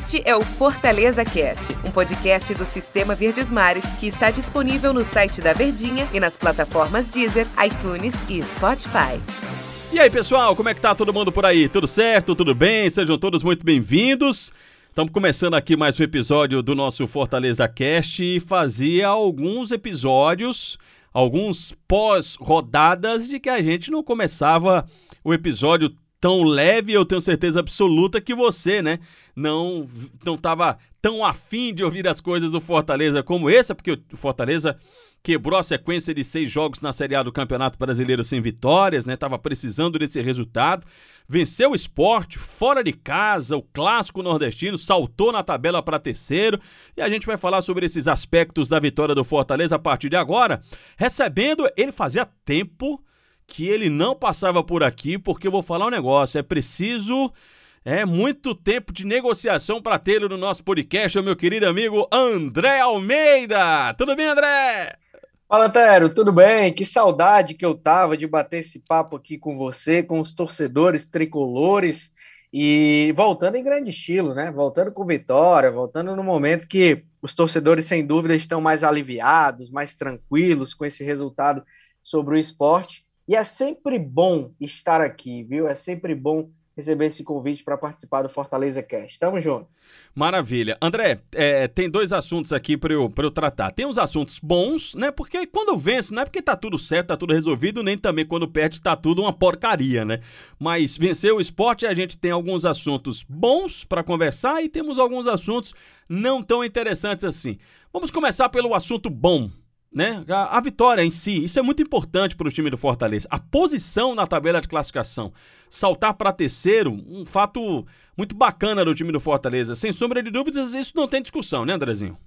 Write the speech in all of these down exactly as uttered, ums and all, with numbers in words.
Este é o Fortaleza Cast, um podcast do Sistema Verdes Mares que está disponível no site da Verdinha e nas plataformas Deezer, iTunes e Spotify. E aí, pessoal, como é que tá todo mundo por aí? Tudo certo? Tudo bem? Sejam todos muito bem-vindos. Estamos começando aqui mais um episódio do nosso Fortaleza Cast e fazia alguns episódios, alguns pós-rodadas de que a gente não começava o episódio tão leve. Eu tenho certeza absoluta que você, né, não não estava tão afim de ouvir as coisas do Fortaleza como essa, porque o Fortaleza quebrou a sequência de seis jogos na Série A do Campeonato Brasileiro sem vitórias, né? Tava precisando desse resultado. Venceu o Sport fora de casa, o clássico nordestino, saltou na tabela para terceiro. E a gente vai falar sobre esses aspectos da vitória do Fortaleza a partir de agora. Recebendo, ele fazia tempo que ele não passava por aqui, porque eu vou falar um negócio, é preciso... É muito tempo de negociação para tê-lo no nosso podcast, o meu querido amigo André Almeida. Tudo bem, André? Fala, Antero, tudo bem? Que saudade que eu tava de bater esse papo aqui com você, com os torcedores tricolores e voltando em grande estilo, né? Voltando com vitória, voltando no momento que os torcedores, sem dúvida, estão mais aliviados, mais tranquilos com esse resultado sobre o esporte. E é sempre bom estar aqui, viu? É sempre bom receber esse convite para participar do Fortaleza Cast. Tamo junto. Maravilha. André, é, tem dois assuntos aqui para eu, eu tratar. Tem uns assuntos bons, né? Porque quando vence, não é porque tá tudo certo, tá tudo resolvido, nem também quando perde tá tudo uma porcaria, né? Mas venceu o esporte, a gente tem alguns assuntos bons para conversar e temos alguns assuntos não tão interessantes assim. Vamos começar pelo assunto bom, né? A, a vitória em si, isso é muito importante para o time do Fortaleza. A posição na tabela de classificação, saltar para terceiro, um fato muito bacana do time do Fortaleza. Sem sombra de dúvidas, isso não tem discussão, né, Andrezinho?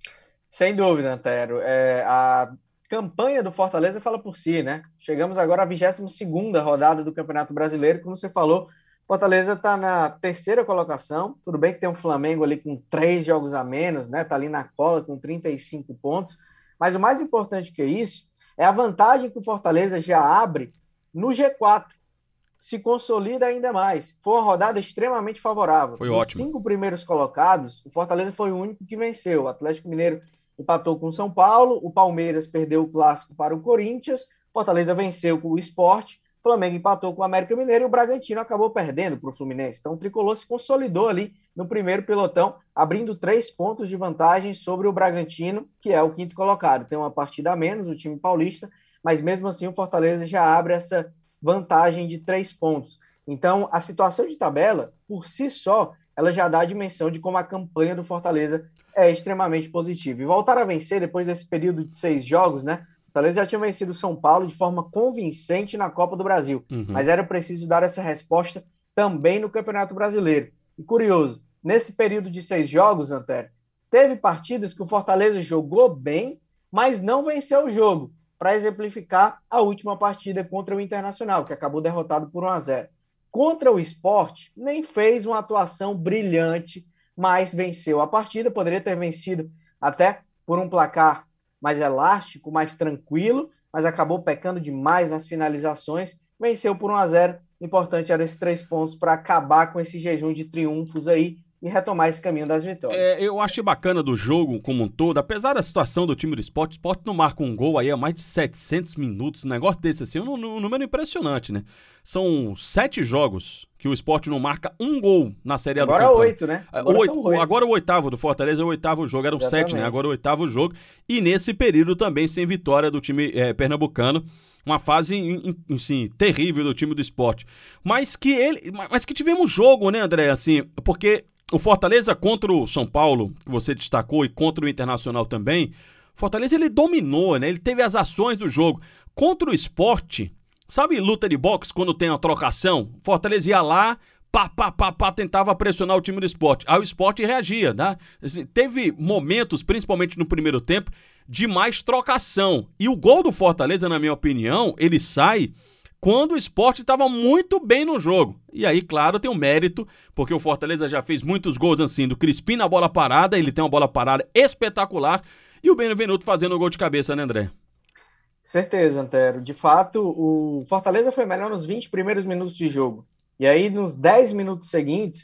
Sem dúvida, Antero. É, a campanha do Fortaleza fala por si, né? Chegamos agora à vigésima segunda rodada do Campeonato Brasileiro. Como você falou, Fortaleza está na terceira colocação. Tudo bem que tem um Flamengo ali com três jogos a menos, né? Tá ali na cola com trinta e cinco pontos. Mas o mais importante que isso é a vantagem que o Fortaleza já abre no G quatro. Se consolida ainda mais. Foi uma rodada extremamente favorável. Foi Dos ótimo. cinco primeiros colocados, o Fortaleza foi o único que venceu. O Atlético Mineiro empatou com o São Paulo, o Palmeiras perdeu o clássico para o Corinthians, o Fortaleza venceu com o Sport, o Flamengo empatou com o América Mineiro e o Bragantino acabou perdendo para o Fluminense. Então o Tricolor se consolidou ali no primeiro pelotão, abrindo três pontos de vantagem sobre o Bragantino, que é o quinto colocado. Tem uma partida a menos, o time paulista, mas mesmo assim o Fortaleza já abre essa vantagem de três pontos. Então, a situação de tabela, por si só, ela já dá a dimensão de como a campanha do Fortaleza é extremamente positiva. E voltar a vencer depois desse período de seis jogos, né? O Fortaleza já tinha vencido o São Paulo de forma convincente na Copa do Brasil, uhum. Mas era preciso dar essa resposta também no Campeonato Brasileiro. E curioso, nesse período de seis jogos, Antero, teve partidas que o Fortaleza jogou bem, mas não venceu o jogo, para exemplificar a última partida contra o Internacional, que acabou derrotado por um a zero. Contra o Sport, nem fez uma atuação brilhante, mas venceu a partida. Poderia ter vencido até por um placar mais elástico, mais tranquilo, mas acabou pecando demais nas finalizações. Venceu por um a zero. Importante era esses três pontos para acabar com esse jejum de triunfos aí e retomar esse caminho das vitórias. É, eu achei bacana do jogo como um todo, apesar da situação do time do Sport, o Sport não marca um gol aí há mais de setecentos minutos, um negócio desse assim, um, um número impressionante, né? São sete jogos que o Sport não marca um gol na Série A do Agora campeonato. oito, né? Agora, oito, são oito. Agora o oitavo do Fortaleza é o oitavo jogo, eram Exatamente. sete, né? Agora o oitavo jogo, e nesse período também sem vitória do time é, pernambucano. Uma fase, assim, terrível do time do Sport. Mas que ele, mas que tivemos jogo, né, André? Assim, porque o Fortaleza contra o São Paulo, que você destacou, e contra o Internacional também, o Fortaleza ele dominou, né? Ele teve as ações do jogo. Contra o Sport, sabe luta de boxe quando tem uma trocação? O Fortaleza ia lá, pá, pá, pá, pá, tentava pressionar o time do Sport. Aí o Sport reagia, né? Assim, teve momentos, principalmente no primeiro tempo, de mais trocação. E o gol do Fortaleza, na minha opinião, ele sai quando o Sport estava muito bem no jogo. E aí, claro, tem um mérito, porque o Fortaleza já fez muitos gols assim, do Crispim na bola parada, ele tem uma bola parada espetacular, e o Benevenuto fazendo o gol de cabeça, né, André? Certeza, Antero. De fato, o Fortaleza foi melhor nos vinte primeiros minutos de jogo. E aí, nos dez minutos seguintes,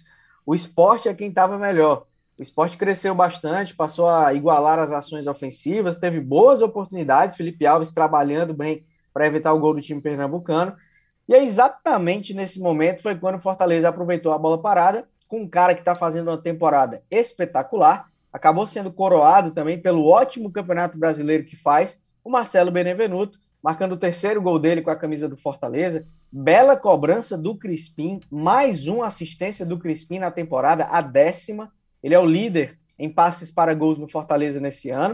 O Sport é quem estava melhor. O Sport cresceu bastante, passou a igualar as ações ofensivas, teve boas oportunidades, Felipe Alves trabalhando bem para evitar o gol do time pernambucano. E é exatamente nesse momento foi quando o Fortaleza aproveitou a bola parada, com um cara que está fazendo uma temporada espetacular, acabou sendo coroado também pelo ótimo Campeonato Brasileiro que faz, o Marcelo Benevenuto, marcando o terceiro gol dele com a camisa do Fortaleza. Bela cobrança do Crispim, mais uma assistência do Crispim na temporada, a décima. Ele é o líder em passes para gols no Fortaleza nesse ano.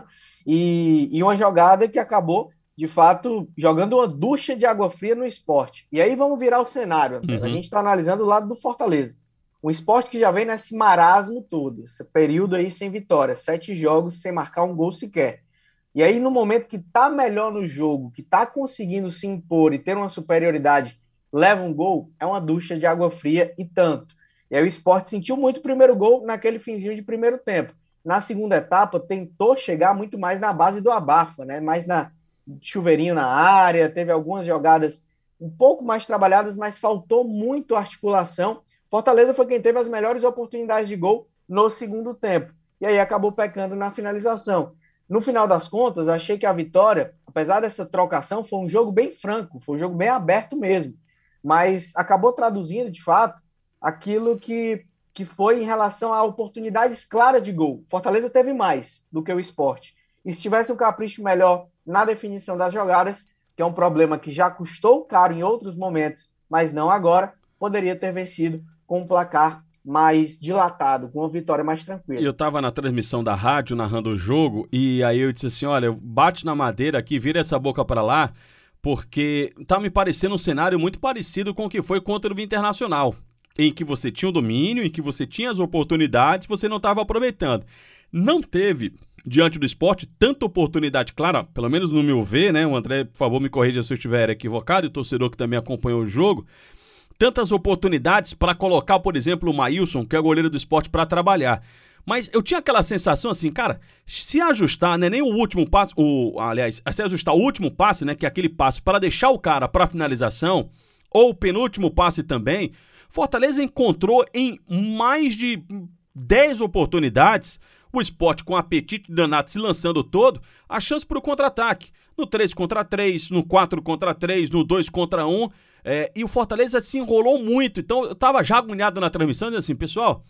E, e uma jogada que acabou, de fato, jogando uma ducha de água fria no Sport. E aí vamos virar o cenário. Uhum. A gente está analisando o lado do Fortaleza. Um Sport que já vem nesse marasmo todo, esse período aí sem vitória, sete jogos sem marcar um gol sequer. E aí, no momento que está melhor no jogo, que está conseguindo se impor e ter uma superioridade, leva um gol, é uma ducha de água fria e tanto. E aí o Sport sentiu muito o primeiro gol naquele finzinho de primeiro tempo. Na segunda etapa, tentou chegar muito mais na base do abafa, né? Mais na chuveirinho na área, teve algumas jogadas um pouco mais trabalhadas, mas faltou muito articulação. Fortaleza foi quem teve as melhores oportunidades de gol no segundo tempo. E aí acabou pecando na finalização. No final das contas, achei que a vitória, apesar dessa trocação, foi um jogo bem franco, foi um jogo bem aberto mesmo, mas acabou traduzindo, de fato, aquilo que, que foi em relação a oportunidades claras de gol. Fortaleza teve mais do que o Sport. E se tivesse um capricho melhor na definição das jogadas, que é um problema que já custou caro em outros momentos, mas não agora, poderia ter vencido com um placar mais dilatado, com uma vitória mais tranquila. Eu estava na transmissão da rádio, narrando o jogo, e aí eu disse assim, olha, bate na madeira aqui, vira essa boca para lá, porque tá me parecendo um cenário muito parecido com o que foi contra o Internacional, em que você tinha o domínio, em que você tinha as oportunidades, você não estava aproveitando. Não teve, diante do Sport, tanta oportunidade clara, pelo menos no meu ver, né, o André, por favor, me corrija se eu estiver equivocado, e o torcedor que também acompanhou o jogo, tantas oportunidades para colocar, por exemplo, o Maílson, que é o goleiro do Sport, para trabalhar. Mas eu tinha aquela sensação assim, cara, se ajustar, né, nem o último passe, o, aliás, se ajustar o último passe, né, que é aquele passe para deixar o cara para finalização, ou o penúltimo passe também, Fortaleza encontrou em mais de dez oportunidades, o Sport com apetite danado se lançando todo, a chance para o contra-ataque. No três contra três, no quatro contra três, no dois contra um, É, e o Fortaleza se enrolou muito. Então eu tava já agoniado na transmissão, dizendo assim, pessoal,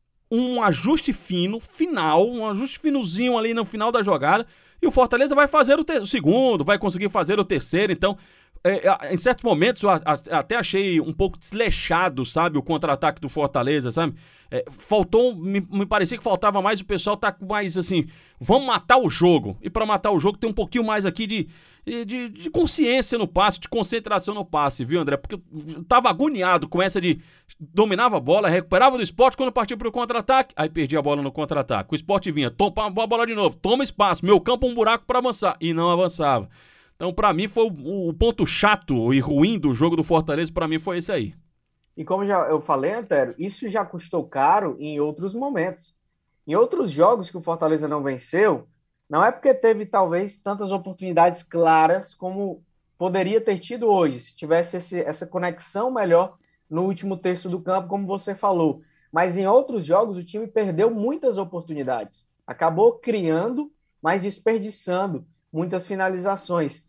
um ajuste fino, final, um ajuste finozinho ali no final da jogada, e o Fortaleza vai fazer o, te- o segundo, vai conseguir fazer o terceiro. Então, é, em certos momentos eu a- a- até achei um pouco desleixado, sabe, o contra-ataque do Fortaleza, sabe? É, faltou, me, me parecia que faltava mais, o pessoal tá com mais assim, vamos matar o jogo. E para matar o jogo tem um pouquinho mais aqui de De, de consciência no passe, de concentração no passe, viu, André? Porque eu tava agoniado com essa de dominava a bola, recuperava do Sport, quando partia pro contra-ataque, aí perdia a bola no contra-ataque. O Sport vinha, toma a bola de novo, toma espaço, meu campo um buraco para avançar, e não avançava. Então, para mim, foi o, o ponto chato e ruim do jogo do Fortaleza, para mim, foi esse aí. E como já eu falei, Antero, isso já custou caro em outros momentos. Em outros jogos que o Fortaleza não venceu, não é porque teve, talvez, tantas oportunidades claras como poderia ter tido hoje, se tivesse esse, essa conexão melhor no último terço do campo, como você falou. Mas em outros jogos, o time perdeu muitas oportunidades. Acabou criando, mas desperdiçando muitas finalizações.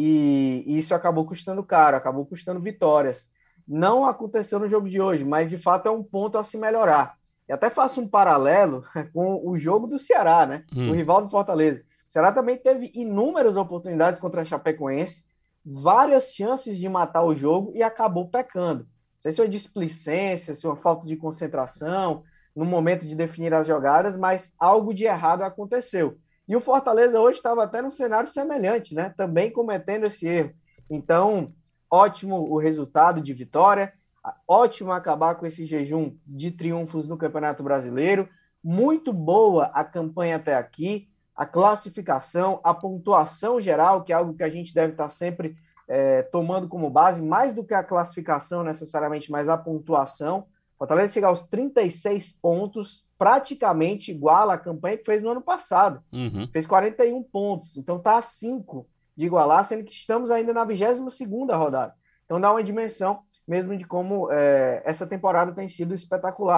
E, e isso acabou custando caro, acabou custando vitórias. Não aconteceu no jogo de hoje, mas, de fato, é um ponto a se melhorar. E até faço um paralelo com o jogo do Ceará, né? Hum. O rival do Fortaleza. O Ceará também teve inúmeras oportunidades contra a Chapecoense, várias chances de matar o jogo e acabou pecando. Não sei se foi displicência, se foi uma falta de concentração no momento de definir as jogadas, mas algo de errado aconteceu. E o Fortaleza hoje estava até num cenário semelhante, né? Também cometendo esse erro. Então, ótimo o resultado de vitória. Ótimo acabar com esse jejum de triunfos no Campeonato Brasileiro. Muito boa a campanha até aqui, a classificação, a pontuação geral, que é algo que a gente deve estar sempre é, tomando como base, mais do que a classificação necessariamente, mas a pontuação. Fortaleza chega aos trinta e seis pontos, praticamente igual à campanha que fez no ano passado. Uhum. Fez quarenta e um pontos, então está a cinco de igualar, sendo que estamos ainda na vigésima segunda rodada. Então dá uma dimensão mesmo de como é, essa temporada tem sido espetacular.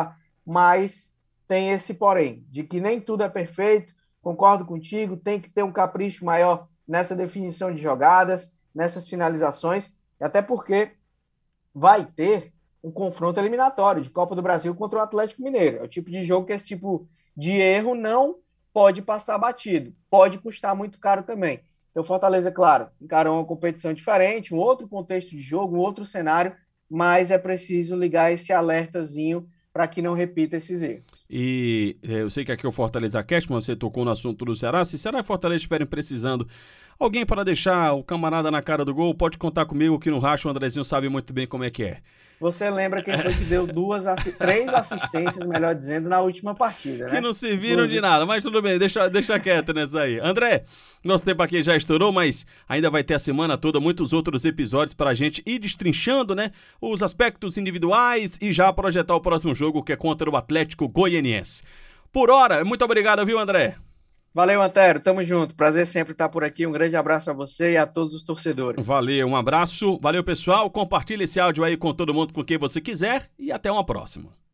mas tem esse porém, de que nem tudo é perfeito. Concordo contigo, tem que ter um capricho maior nessa definição de jogadas, nessas finalizações, até porque vai ter um confronto eliminatório de Copa do Brasil contra o Atlético Mineiro. É o tipo de jogo que esse tipo de erro não pode passar batido, pode custar muito caro também. Então, Fortaleza, claro, encarou uma competição diferente, um outro contexto de jogo, um outro cenário, mas é preciso ligar esse alertazinho para que não repita esses erros. E eu sei que aqui é o Fortaleza Cast, mas você tocou no assunto do Ceará. Se Ceará e Fortaleza estiverem precisando alguém para deixar o camarada na cara do gol, pode contar comigo que no Racha o Andrezinho sabe muito bem como é que é. Você lembra quem foi que deu duas, três assistências, melhor dizendo, na última partida, né? Que não serviram de nada, mas tudo bem, deixa, deixa quieto nessa aí. André, nosso tempo aqui já estourou, mas ainda vai ter a semana toda muitos outros episódios para a gente ir destrinchando, né, os aspectos individuais e já projetar o próximo jogo, que é contra o Atlético Goianiense. Por hora, muito obrigado, viu, André? Valeu, Antero. Tamo junto. Prazer sempre estar por aqui. Um grande abraço a você e a todos os torcedores. Valeu, um abraço. Valeu, pessoal. Compartilhe esse áudio aí com todo mundo com quem você quiser e até uma próxima.